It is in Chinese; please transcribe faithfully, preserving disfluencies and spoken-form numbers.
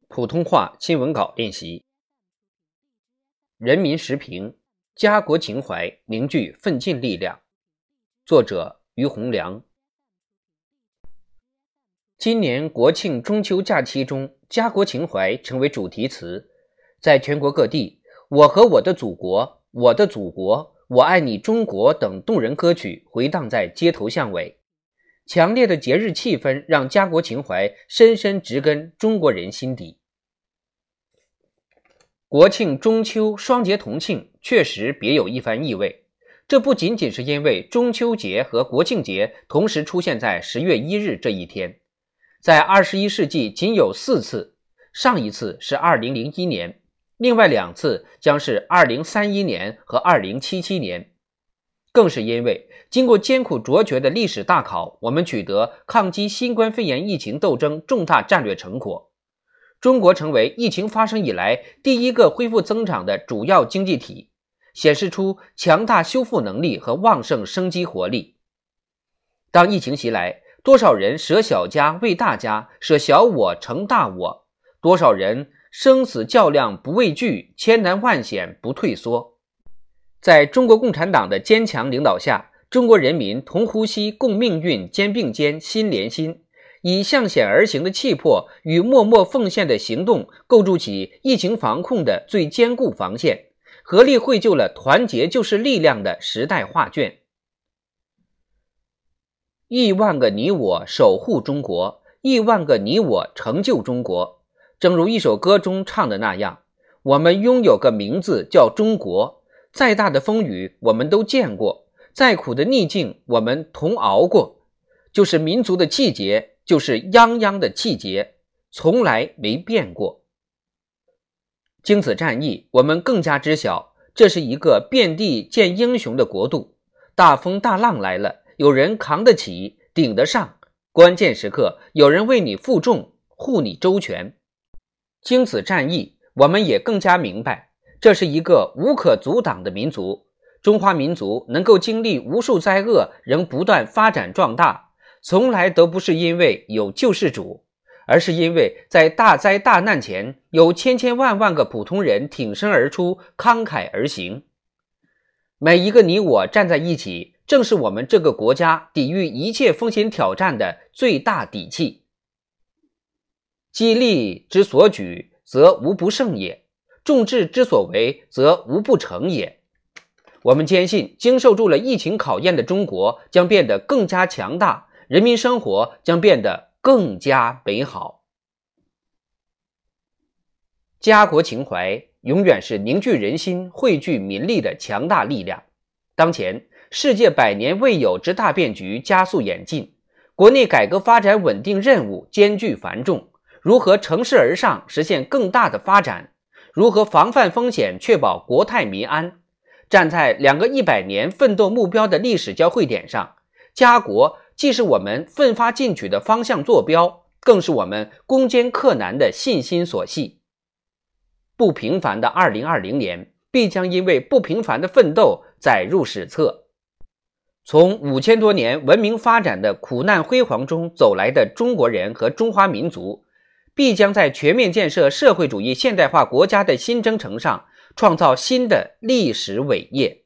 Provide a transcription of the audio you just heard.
普通话新闻稿练习。人民时评：家国情怀凝聚奋进力量。作者于洪良。今年国庆中秋假期中，家国情怀成为主题词，在全国各地，我和我的祖国、我的祖国、我爱你中国等动人歌曲回荡在街头巷尾。强烈的节日气氛让家国情怀深深植根中国人心底。国庆中秋双节同庆确实别有一番意味，这不仅仅是因为中秋节和国庆节同时出现在十月一日这一天，在二十一世纪仅有四次，上一次是二零零一年，另外两次将是二零三一年和二零七七年。更是因为经过艰苦卓绝的历史大考，我们取得抗击新冠肺炎疫情斗争重大战略成果。中国成为疫情发生以来第一个恢复增长的主要经济体，显示出强大修复能力和旺盛生机活力。当疫情袭来，多少人舍小家为大家，舍小我成大我，多少人生死较量不畏惧，千难万险不退缩。在中国共产党的坚强领导下，中国人民同呼吸共命运，肩并肩心连心，以向险而行的气魄与默默奉献的行动构筑起疫情防控的最坚固防线，合力绘就了团结就是力量的时代画卷。亿万个你我守护中国，亿万个你我成就中国。正如一首歌中唱的那样，我们拥有个名字叫中国，再大的风雨我们都见过，再苦的逆境我们同熬过，就是民族的气节，就是泱泱的气节，从来没变过。经此战役，我们更加知晓，这是一个遍地见英雄的国度。大风大浪来了，有人扛得起，顶得上，关键时刻有人为你负重，护你周全。经此战役，我们也更加明白，这是一个无可阻挡的民族。中华民族能够经历无数灾厄，仍不断发展壮大，从来都不是因为有救世主，而是因为在大灾大难前，有千千万万个普通人挺身而出，慷慨而行。每一个你我站在一起，正是我们这个国家抵御一切风险挑战的最大底气。激励之所举，则无不胜也；众志之所为，则无不成也。我们坚信，经受住了疫情考验的中国将变得更加强大，人民生活将变得更加美好。家国情怀永远是凝聚人心、汇聚民力的强大力量。当前，世界百年未有之大变局加速演进，国内改革发展稳定任务艰巨繁重。如何乘势而上，实现更大的发展？如何防范风险，确保国泰民安？站在两个一百年奋斗目标的历史交汇点上，家国既是我们奋发进取的方向坐标，更是我们攻坚克难的信心所系。不平凡的二零二零年，必将因为不平凡的奋斗载入史册。从五千多年文明发展的苦难辉煌中走来的中国人和中华民族，必将在全面建设社会主义现代化国家的新征程上创造新的历史伟业。